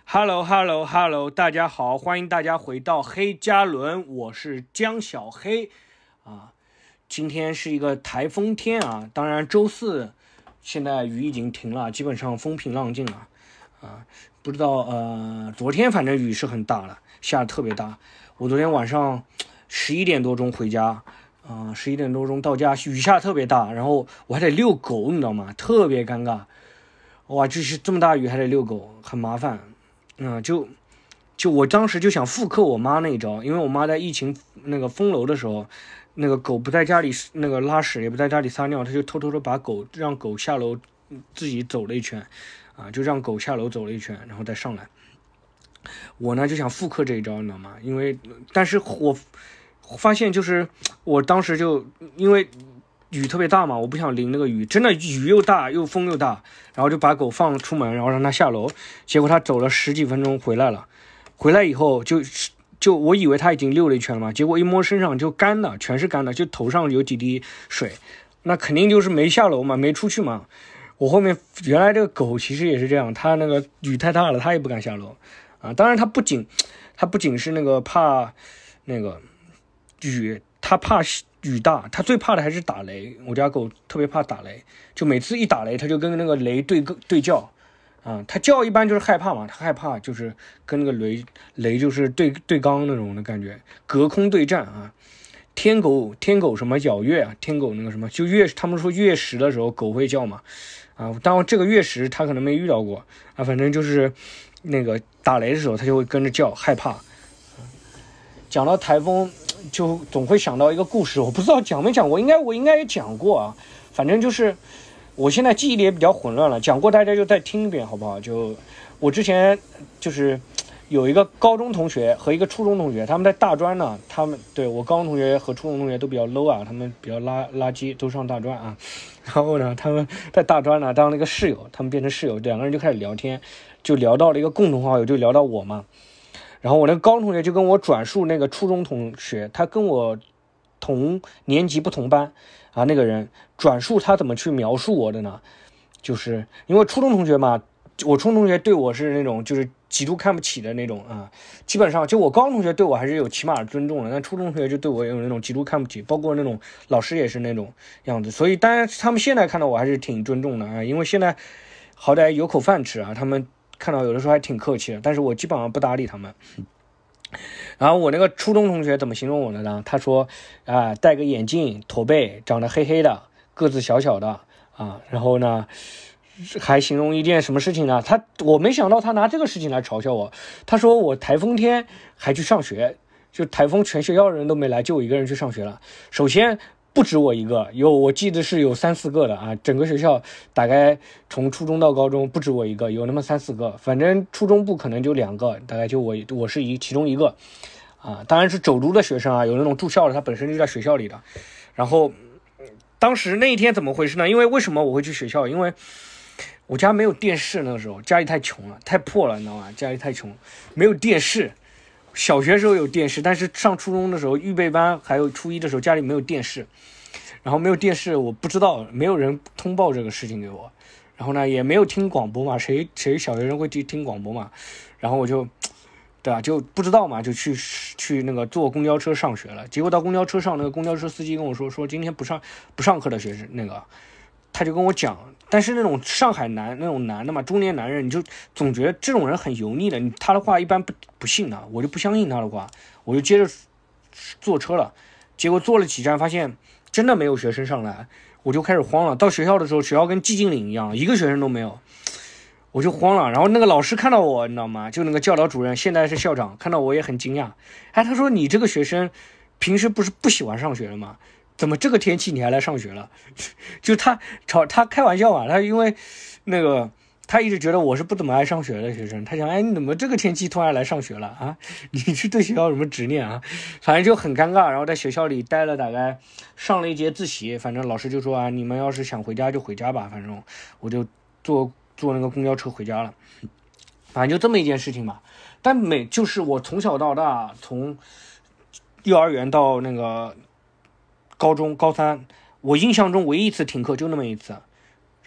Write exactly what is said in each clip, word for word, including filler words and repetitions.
Hello Hello Hello， 大家好，欢迎大家回到黑加仑，我是江小黑啊。今天是一个台风天啊，当然周四现在雨已经停了，基本上风平浪静了啊。不知道呃，昨天反正雨是很大了，下得特别大。我昨天晚上十一点多钟回家啊，十一点多钟到家，雨下特别大，然后我还得遛狗，你知道吗？特别尴尬。哇，就是这么大雨还得遛狗，很麻烦。嗯，就就我当时就想复刻我妈那一招，因为我妈在疫情那个封楼的时候，那个狗不在家里那个拉屎，也不在家里撒尿，她就偷偷的把狗让狗下楼自己走了一圈，啊，就让狗下楼走了一圈，然后再上来。我呢就想复刻这一招，你知道吗？因为但是我发现就是我当时就因为雨特别大嘛，我不想淋那个雨，真的雨又大又风又大，然后就把狗放出门，然后让它下楼，结果它走了十几分钟回来了，回来以后就就我以为它已经溜了一圈了嘛，结果一摸身上就干的，全是干的，就头上有几滴水，那肯定就是没下楼嘛，没出去嘛。我后面原来这个狗其实也是这样，它那个雨太大了，它也不敢下楼啊。当然它不仅它不仅是那个怕那个雨，它怕雨大，它最怕的还是打雷。我家狗特别怕打雷，就每次一打雷，它就跟那个雷对对叫啊。它叫一般就是害怕嘛，它害怕就是跟那个雷雷就是对对刚那种的感觉，隔空对战啊。天狗天狗什么咬月啊，天狗那个什么就月，他们说月食的时候狗会叫嘛啊。当然这个月食它可能没遇到过啊，反正就是那个打雷的时候它就会跟着叫，害怕。讲到台风就总会想到一个故事，我不知道讲没讲过，应该我应该也讲过啊。反正就是我现在记忆力也比较混乱了，讲过大家就再听一遍好不好？就我之前就是有一个高中同学和一个初中同学，他们在大专呢，他们对我高中同学和初中同学都比较 low 啊，他们比较垃垃圾，都上大专啊。然后呢，他们在大专呢当了一个室友，他们变成室友，两个人就开始聊天，就聊到了一个共同好友，就聊到我嘛。然后我那个高中同学就跟我转述那个初中同学，他跟我同年级不同班啊，那个人转述他怎么去描述我的呢？就是因为初中同学嘛，我初中同学对我是那种就是极度看不起的那种啊，基本上就我高中同学对我还是有起码的尊重的，但初中同学就对我有那种极度看不起，包括那种老师也是那种样子，所以当然他们现在看到我还是挺尊重的啊，因为现在好歹有口饭吃啊，他们看到有的时候还挺客气的，但是我基本上不搭理他们。然后我那个初中同学怎么形容我的呢？他说啊、呃，戴个眼镜，驼背，长得黑黑的，个子小小的啊，然后呢还形容一件什么事情呢？他我没想到他拿这个事情来嘲笑我。他说我台风天还去上学，就台风全学校的人都没来，就我一个人去上学了。首先不止我一个，有我记得是有三四个的啊，整个学校大概从初中到高中不止我一个，有那么三四个，反正初中部可能就两个，大概就我我是一其中一个啊，当然是走读的学生啊，有那种住校的，他本身就在学校里的。然后当时那一天怎么回事呢？因为为什么我会去学校？因为我家没有电视，那个时候家里太穷了，太破了，你知道吗？家里太穷，没有电视。小学时候有电视，但是上初中的时候，预备班还有初一的时候，家里没有电视。然后没有电视，我不知道，没有人通报这个事情给我。然后呢，也没有听广播嘛，谁谁小学生会去听广播嘛？然后我就，对吧？就不知道嘛，就去去那个坐公交车上学了。结果到公交车上，那个公交车司机跟我说，说今天不上不上课的学生，那个他就跟我讲，但是那种上海男那种男的嘛，中年男人，你就总觉得这种人很油腻的，他的话一般不不信的，我就不相信他的话，我就接着坐车了。结果坐了几站，发现真的没有学生上来，我就开始慌了。到学校的时候，学校跟寂静岭一样，一个学生都没有，我就慌了。然后那个老师看到我，你知道吗？就那个教导主任，现在是校长，看到我也很惊讶。哎，他说你这个学生平时不是不喜欢上学了吗？怎么这个天气你还来上学了？就他吵他开玩笑嘛，他因为那个他一直觉得我是不怎么爱上学的学生，他想，哎，你怎么这个天气突然来上学了啊？你是对学校有什么执念啊？反正就很尴尬。然后在学校里待了大概上了一节自习，反正老师就说啊，你们要是想回家就回家吧，反正我就坐坐那个公交车回家了。反正就这么一件事情吧。但每就是我从小到大，从幼儿园到那个高中高三，我印象中唯一一次停课就那么一次。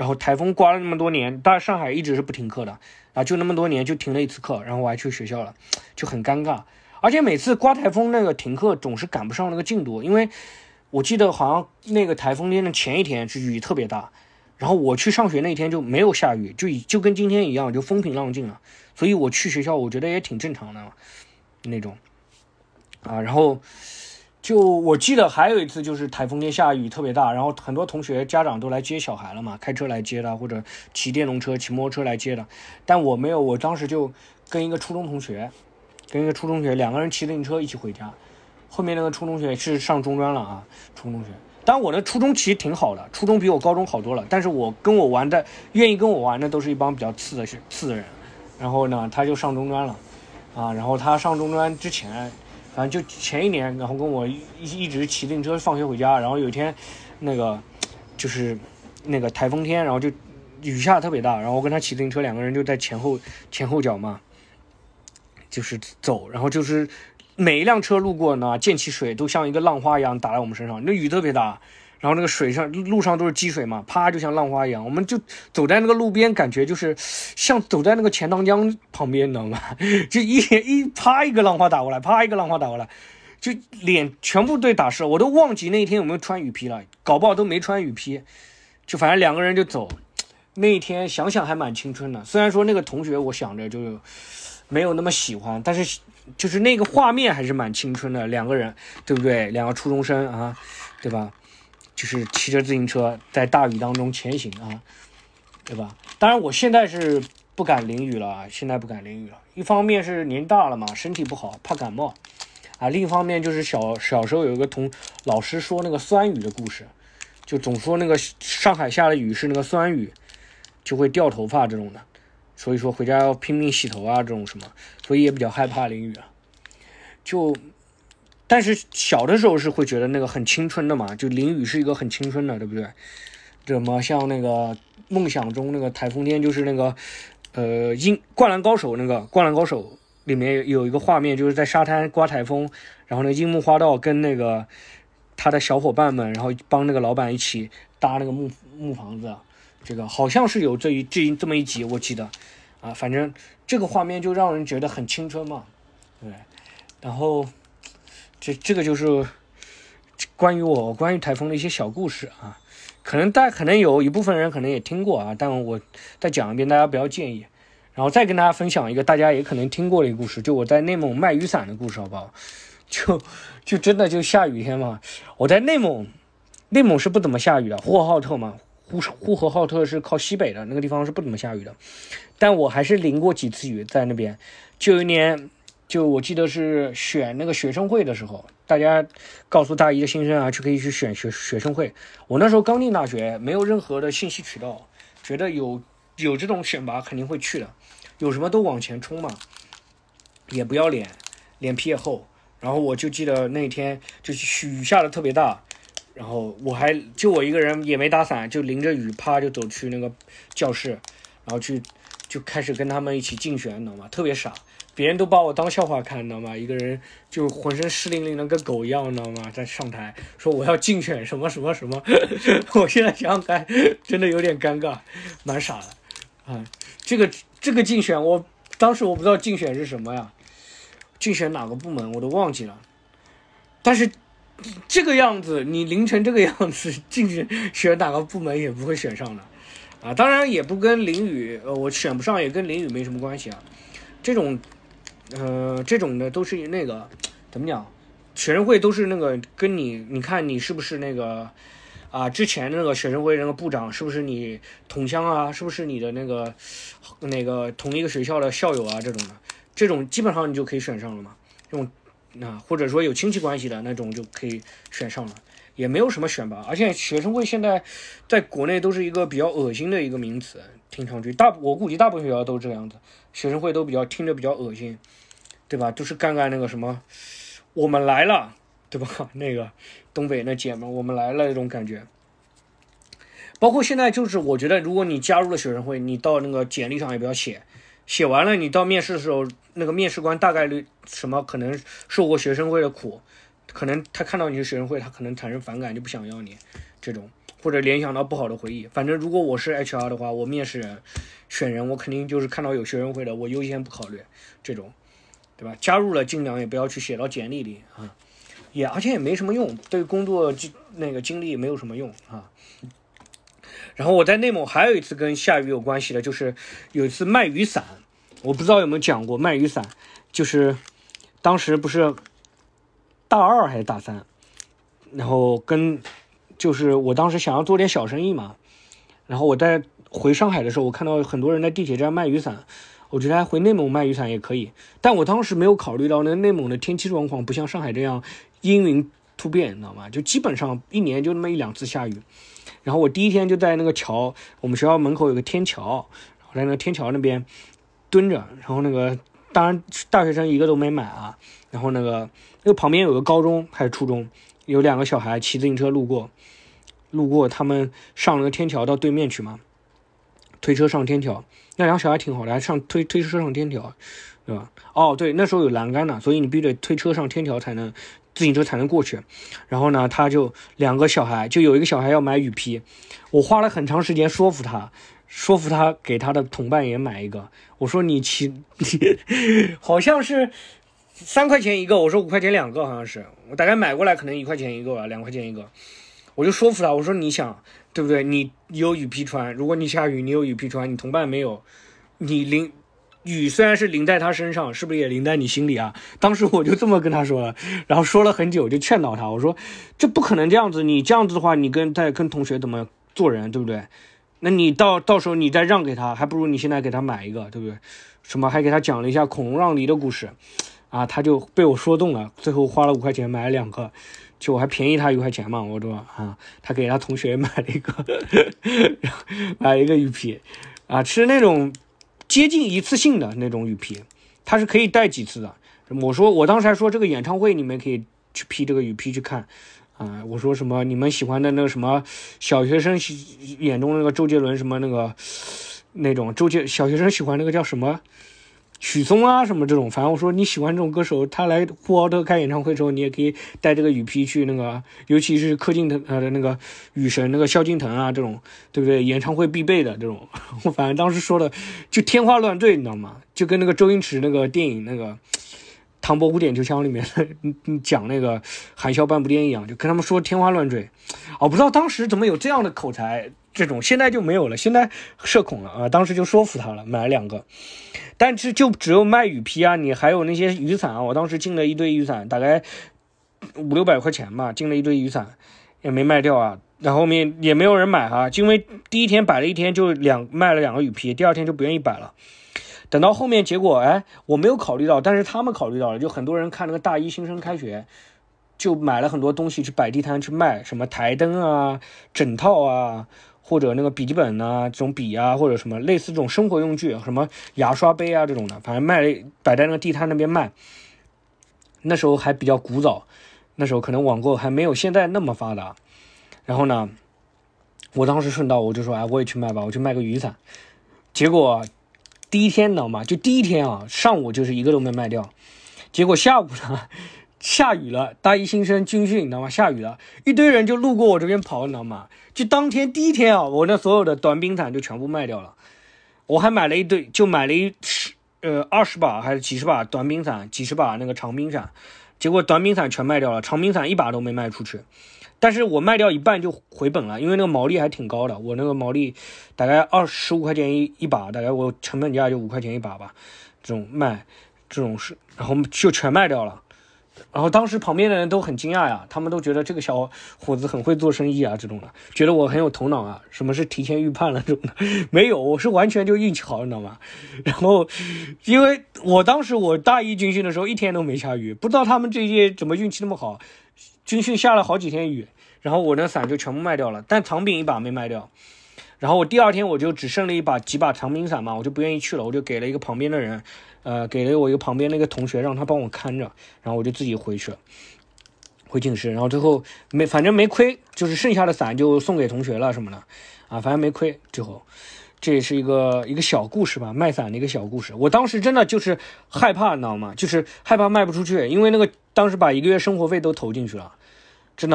然后台风刮了那么多年，但上海一直是不停课的啊，就那么多年就停了一次课，然后我还去学校了，就很尴尬。而且每次刮台风那个停课总是赶不上那个进度，因为我记得好像那个台风天的前一天是雨特别大，然后我去上学那天就没有下雨，就就跟今天一样，就风平浪静了，所以我去学校我觉得也挺正常的那种啊。然后就我记得还有一次就是台风天下雨特别大，然后很多同学家长都来接小孩了嘛，开车来接的或者骑电动车骑摩托车来接的，但我没有，我当时就跟一个初中同学跟一个初中同学两个人骑自行车一起回家。后面那个初中同学是上中专了啊，初中同学。当然我的初中其实挺好的，初中比我高中好多了，但是我跟我玩的愿意跟我玩的都是一帮比较次的次的人。然后呢他就上中专了啊，然后他上中专之前反正就前一年，然后跟我一一直骑自行车放学回家，然后有一天那个就是那个台风天，然后就雨下特别大，然后我跟他骑自行车两个人就在前后前后脚嘛就是走，然后就是每一辆车路过呢，溅起水都像一个浪花一样打在我们身上，那雨特别大，然后那个水上路上都是积水嘛，啪就像浪花一样，我们就走在那个路边，感觉就是像走在那个钱塘江旁边，你知道吗？就一一啪一个浪花打过来，啪一个浪花打过来，就脸全部对打湿了，我都忘记那一天有没有穿雨披了，搞不好都没穿雨披，就反正两个人就走。那一天想想还蛮青春的，虽然说那个同学我想着就没有那么喜欢，但是就是那个画面还是蛮青春的，两个人对不对？两个初中生啊，对吧？就是骑着自行车在大雨当中前行啊，对吧？当然我现在是不敢淋雨了，现在不敢淋雨了。一方面是年大了嘛，身体不好，怕感冒啊；另一方面就是小小时候有一个同老师说那个酸雨的故事，就总说那个上海下的雨是那个酸雨，就会掉头发这种的。所以说回家要拼命洗头啊这种什么，所以也比较害怕淋雨啊。就但是小的时候是会觉得那个很青春的嘛，就淋雨是一个很青春的，对不对？怎么像那个梦想中那个台风天，就是那个呃英灌篮高手那个灌篮高手里面有一个画面，就是在沙滩刮台风，然后那樱木花道跟那个他的小伙伴们，然后帮那个老板一起搭那个木木房子，这个好像是有这一这一这么一集我记得啊，反正这个画面就让人觉得很青春嘛，对。然后这这个就是关于我关于台风的一些小故事啊，可能大家可能有一部分人可能也听过啊，但我再讲一遍，大家不要介意。然后再跟大家分享一个大家也可能听过的一个故事，就我在内蒙卖雨伞的故事，好不好？就就真的就下雨天嘛，我在内蒙，内蒙是不怎么下雨的，呼和浩特嘛，呼呼和浩特是靠西北的那个地方是不怎么下雨的，但我还是淋过几次雨在那边。就有一年，就我记得是选那个学生会的时候，大家告诉大一的新生啊，就可以去选学学生会。我那时候刚进大学，没有任何的信息渠道，觉得有有这种选拔肯定会去的，有什么都往前冲嘛，也不要脸，脸皮也厚。然后我就记得那天就是雨下的特别大，然后我还就我一个人也没打伞，就淋着雨啪就走去那个教室，然后去就开始跟他们一起竞选，你知道吗？特别傻，别人都把我当笑话看，你知道吗？一个人就浑身湿淋淋的跟狗一样，你知道吗？在上台说我要竞选什么什么什么，我现在想想看真的有点尴尬，蛮傻的啊。这个这个竞选我当时我不知道竞选是什么呀，竞选哪个部门我都忘记了，但是这个样子你淋成这个样子，竞选选哪个部门也不会选上的啊。当然也不跟淋雨呃我选不上也跟淋雨没什么关系啊。这种呃这种的都是那个怎么讲，学生会都是那个跟你你看你是不是那个啊之前那个学生会那个部长是不是你同乡啊，是不是你的那个那个同一个学校的校友啊，这种的这种基本上你就可以选上了嘛。这种那或者说有亲戚关系的那种就可以选上了，也没有什么选拔。而且学生会现在在国内都是一个比较恶心的一个名词，听上去大我估计大部分学校都这样子，学生会都比较听着比较恶心，对吧？就是干干那个什么我们来了，对吧？那个东北那姐们我们来了那种感觉。包括现在就是我觉得如果你加入了学生会，你到那个简历上也不要写，写完了你到面试的时候，那个面试官大概率什么可能受过学生会的苦，可能他看到你是学生会，他可能产生反感就不想要你这种， 或者联想到不好的回忆。反正如果我是 H R 的话，我面试人选人，我肯定就是看到有学生会的，我优先不考虑这种，对吧？加入了尽量也不要去写到简历里啊，也而且也没什么用，对工作那个经历也没有什么用啊。然后我在内蒙还有一次跟下雨有关系的，就是有一次卖雨伞，我不知道有没有讲过卖雨伞，就是当时不是大二还是大三，然后跟就是我当时想要做点小生意嘛，然后我在回上海的时候，我看到很多人在地铁站卖雨伞，我觉得还回内蒙卖雨伞也可以，但我当时没有考虑到那内蒙的天气状况不像上海这样阴云突变，你知道吗？就基本上一年就那么一两次下雨。然后我第一天就在那个桥，我们学校门口有个天桥，我在那个天桥那边蹲着，然后那个当然大学生一个都没买啊，然后那个那个旁边有个高中还是初中，有两个小孩骑自行车路过，路过他们上了个天桥到对面去嘛，推车上天桥，那两个小孩挺好的，还上推推车上天桥，对吧？哦，对，那时候有栏杆呢，所以你必须得推车上天桥才能。自行车才能过去，然后呢，他就两个小孩，就有一个小孩要买雨披，我花了很长时间说服他，说服他给他的同伴也买一个。我说你骑，好像是三块钱一个，我说五块钱两个，好像是我大概买过来可能一块钱一个吧，两块钱一个，我就说服他，我说你想对不对？你有雨披穿，如果你下雨你有雨披穿，你同伴没有，你淋。雨虽然是淋在他身上，是不是也淋在你心里啊？当时我就这么跟他说了，然后说了很久，就劝导他，我说这不可能这样子，你这样子的话，你跟在跟同学怎么做人，对不对？那你到到时候你再让给他，还不如你现在给他买一个，对不对？什么还给他讲了一下孔融让梨的故事，啊，他就被我说动了，最后花了五块钱买了两个，就我还便宜他一块钱嘛，我说啊，他给他同学买了一个，买了一个雨披，啊，是那种。接近一次性的那种雨披，它是可以戴几次的。我说我当时还说这个演唱会你们可以去披这个雨披去看啊、呃。我说什么你们喜欢的那个什么小学生眼中那个周杰伦什么那个那种周杰小学生喜欢那个叫什么许嵩啊什么这种，反正我说你喜欢这种歌手，他来呼和浩特开演唱会的时候，你也可以带这个雨披去那个，尤其是柯敬腾呃的那个雨神那个萧敬腾啊这种，对不对？演唱会必备的这种，我反正当时说的就天花乱坠，你知道吗？就跟那个周星驰那个电影那个《唐伯虎点秋香》里面讲那个含笑半步癫一样，就跟他们说天花乱坠。我、哦、不知道当时怎么有这样的口才，这种现在就没有了，现在社恐了啊。当时就说服他了，买了两个。但是就只有卖雨披啊，你还有那些雨伞啊，我当时进了一堆雨伞，大概五六百块钱吧，进了一堆雨伞也没卖掉啊，然后后面也没有人买啊，因为第一天摆了一天就两卖了两个雨披，第二天就不愿意摆了。等到后面结果哎，我没有考虑到，但是他们考虑到了，就很多人看那个大一新生开学就买了很多东西去摆地摊去卖，什么台灯啊、枕套啊，或者那个笔记本啊，这种笔啊，或者什么类似这种生活用具，什么牙刷杯啊这种的，反正卖摆在那个地摊那边卖。那时候还比较古早，那时候可能网购还没有现在那么发达。然后呢，我当时顺道我就说，哎，我也去卖吧，我去卖个雨伞。结果第一天你知道吗？就第一天啊，上午就是一个都没卖掉。结果下午呢，下雨了，大一新生军训你知道吗？下雨了，一堆人就路过我这边跑，你知道吗？就当天第一天啊，我那所有的短柄伞就全部卖掉了。我还买了一堆，就买了一呃二十把还是几十把短柄伞，几十把那个长柄伞，结果短柄伞全卖掉了，长柄伞一把都没卖出去。但是我卖掉一半就回本了，因为那个毛利还挺高的，我那个毛利大概二十五块钱一一把，大概我成本价就五块钱一把吧，这种卖这种是，然后就全卖掉了。然后当时旁边的人都很惊讶呀，他们都觉得这个小伙子很会做生意啊，这种的，觉得我很有头脑啊，什么是提前预判了这种的，没有，我是完全就运气好，你知道吗？然后因为我当时我大一军训的时候一天都没下雨，不知道他们这些怎么运气那么好，军训下了好几天雨，然后我那伞就全部卖掉了，但长柄一把没卖掉。然后我第二天我就只剩了一把几把长柄伞嘛，我就不愿意去了，我就给了一个旁边的人，呃，给了我一个旁边的一个同学，让他帮我看着，然后我就自己回去了，回寝室，然后最后没，反正没亏，就是剩下的伞就送给同学了什么的，啊，反正没亏。最后，这也是一个一个小故事吧，卖伞的一个小故事。我当时真的就是害怕，你知道吗？就是害怕卖不出去，因为那个当时把一个月生活费都投进去了，真的。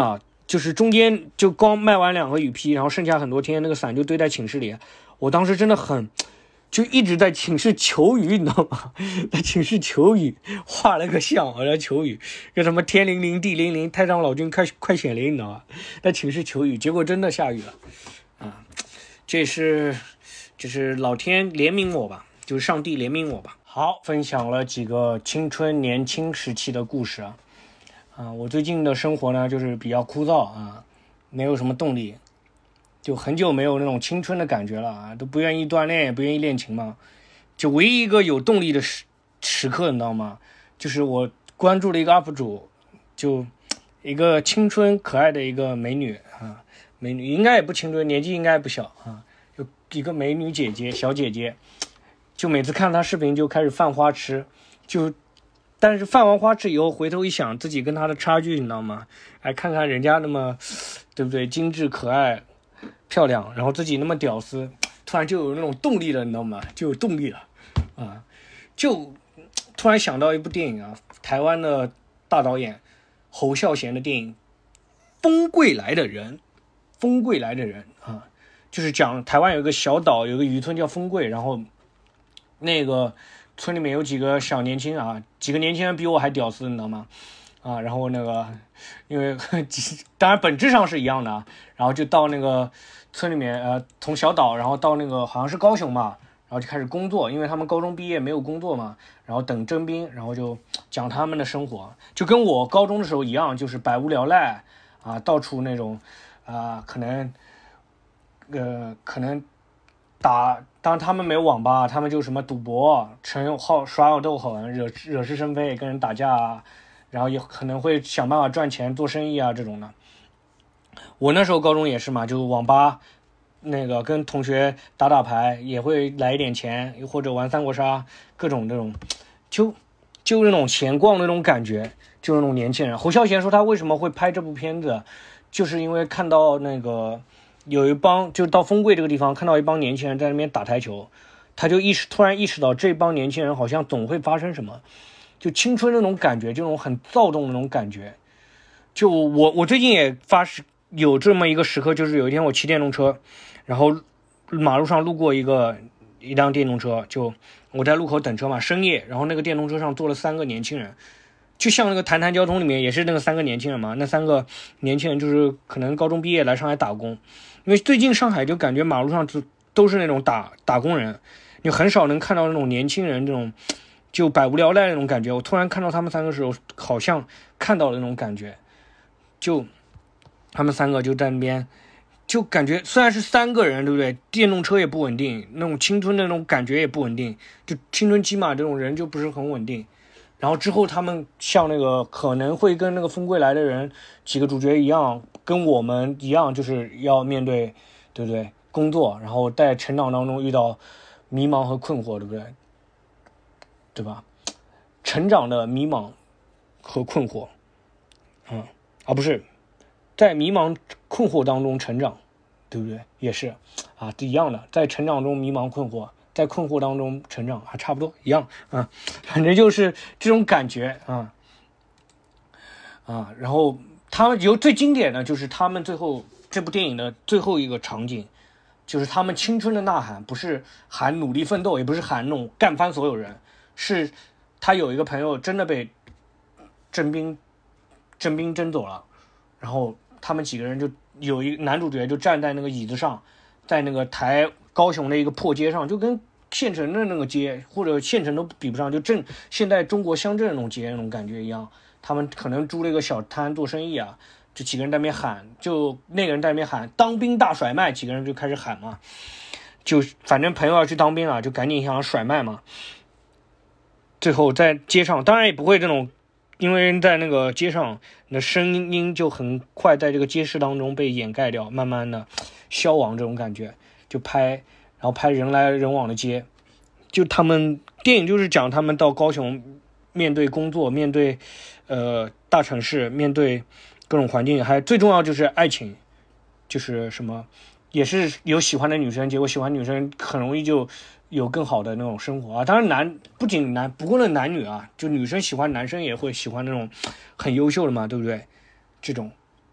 就是中间就刚卖完两个雨披，然后剩下很多天，那个伞就堆在寝室里。我当时真的很，就一直在寝室求雨，你知道吗？在寝室求雨，画了个像，我在求雨，就什么天灵灵地灵灵，太上老君快快显灵，你知道吗？在寝室求雨，结果真的下雨了，啊，这是这是老天怜悯我吧，就是上帝怜悯我吧。好，分享了几个青春年轻时期的故事啊。啊，我最近的生活呢，就是比较枯燥啊，没有什么动力，就很久没有那种青春的感觉了啊，都不愿意锻炼，也不愿意练琴嘛。就唯一一个有动力的时时刻，你知道吗？就是我关注了一个 U P 主，就一个青春可爱的一个美女啊，美女应该也不青春，年纪应该也不小啊，就一个美女姐姐，小姐姐，就每次看她视频就开始犯花痴，就。但是犯完花痴以后，回头一想，自己跟他的差距，你知道吗？哎，看看人家那么，对不对？精致、可爱、漂亮，然后自己那么屌丝，突然就有那种动力了，你知道吗？就有动力了，啊，就突然想到一部电影啊，台湾的大导演侯孝贤的电影《风归来的人》，风归来的人啊，就是讲台湾有一个小岛，有一个渔村叫风归，然后那个。村里面有几个小年轻啊，几个年轻人比我还屌丝，你知道吗？啊，然后那个，因为当然本质上是一样的啊，然后就到那个村里面，呃，从小岛，然后到那个好像是高雄嘛，然后就开始工作，因为他们高中毕业没有工作嘛，然后等征兵，然后就讲他们的生活，就跟我高中的时候一样，就是百无聊赖啊，到处那种啊，可能，呃，可能。打，当然他们没有网吧，他们就什么赌博、陈好耍斗狠、惹惹是生非、跟人打架啊，然后也可能会想办法赚钱、做生意啊这种的。我那时候高中也是嘛，就网吧那个跟同学打打牌，也会来一点钱，或者玩三国杀，各种这种，就就那种闲逛的那种感觉，就那种年轻人。侯孝贤说他为什么会拍这部片子，就是因为看到那个。有一帮就到丰贵这个地方看到一帮年轻人在那边打台球，他就意识突然意识到这帮年轻人好像总会发生什么，就青春那种感觉，这种很躁动的那种感觉。就我我最近也发生有这么一个时刻，就是有一天我骑电动车，然后马路上路过一个一辆电动车，就我在路口等车嘛，深夜，然后那个电动车上坐了三个年轻人。就像那个谈谈交通里面也是那个三个年轻人嘛，那三个年轻人就是可能高中毕业来上海打工，因为最近上海就感觉马路上都都是那种打打工人，你很少能看到那种年轻人这种就百无聊赖那种感觉。我突然看到他们三个时候，好像看到了那种感觉，就他们三个就在那边，就感觉虽然是三个人，对不对？电动车也不稳定，那种青春的那种感觉也不稳定，就青春期嘛，这种人就不是很稳定。然后之后他们像那个可能会跟那个风归来的人几个主角一样，跟我们一样，就是要面对，对不对？工作，然后在成长当中遇到迷茫和困惑，对不对？对吧？成长的迷茫和困惑，嗯，啊不是，在迷茫困惑当中成长，对不对？也是啊，一样的，在成长中迷茫困惑。在困惑当中成长，还差不多一样啊，反正就是这种感觉啊啊。然后他们有最经典的就是他们最后这部电影的最后一个场景，就是他们青春的呐喊，不是喊努力奋斗，也不是喊那种干翻所有人，是他有一个朋友真的被征兵征兵征走了，然后他们几个人就有一男主角就站在那个椅子上，在那个台。高雄的一个破街上，就跟县城的那个街或者县城都比不上，就正现在中国乡镇那种街那种感觉一样。他们可能租了一个小摊做生意啊，就几个人在那边喊，就那个人在那边喊当兵大甩卖，几个人就开始喊嘛，就反正朋友要去当兵了，就赶紧想甩卖嘛。最后在街上，当然也不会这种，因为在那个街上，那声音就很快在这个街市当中被掩盖掉，慢慢的消亡这种感觉。就拍，然后拍人来人往的街，就他们电影就是讲他们到高雄，面对工作，面对呃大城市，面对各种环境，还最重要就是爱情，就是什么，也是有喜欢的女生，结果喜欢女生很容易就有更好的那种生活啊。当然男不仅男，不过论男女啊，就女生喜欢男生也会喜欢那种很优秀的嘛，对不对？这种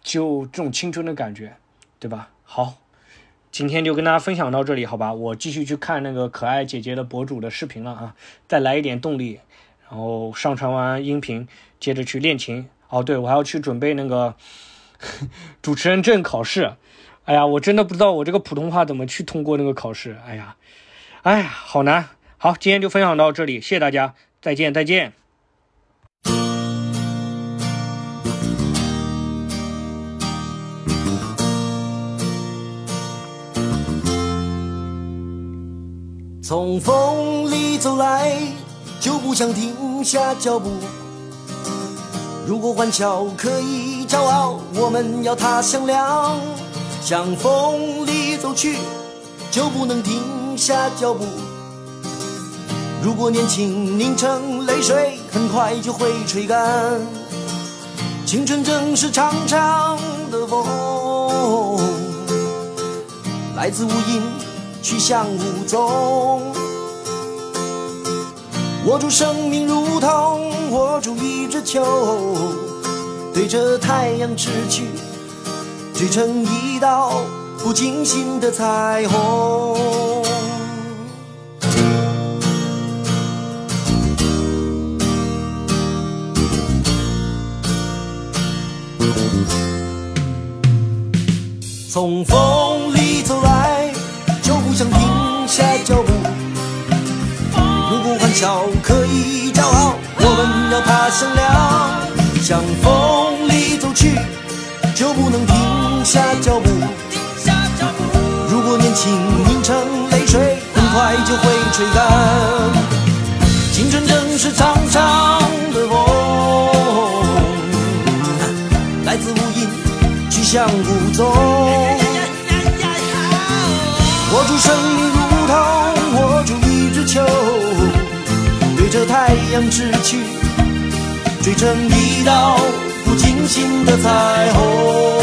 就这种青春的感觉，对吧？好，今天就跟大家分享到这里，好吧？我继续去看那个可爱姐姐的博主的视频了啊，再来一点动力，然后上传完音频，接着去练琴。哦，对，我还要去准备那个主持人证考试。哎呀，我真的不知道我这个普通话怎么去通过那个考试。哎呀，哎呀，好难。好，今天就分享到这里，谢谢大家，再见，再见。 从风里走来，就不想停下脚步。如果欢笑可以骄傲，我们要踏向亮。向风里走去，就不能停下脚步。如果年轻凝成泪水，很快就会吹干。青春正是长长的风，来自无垠，去向无踪。握住生命如同握住一只球，对着太阳掷去，追成一道不尽心的彩虹。从风里走来，就不想停下脚步。如果欢笑可以骄傲，我们要踏向亮。向风里走去，就不能停下脚步。如果年轻凝成泪水，很快就会吹干。青春正是长长的风，来自无垠，去向无踪。握住生命如同握住一只球，对着太阳掷去，追成一道不尽心的彩虹。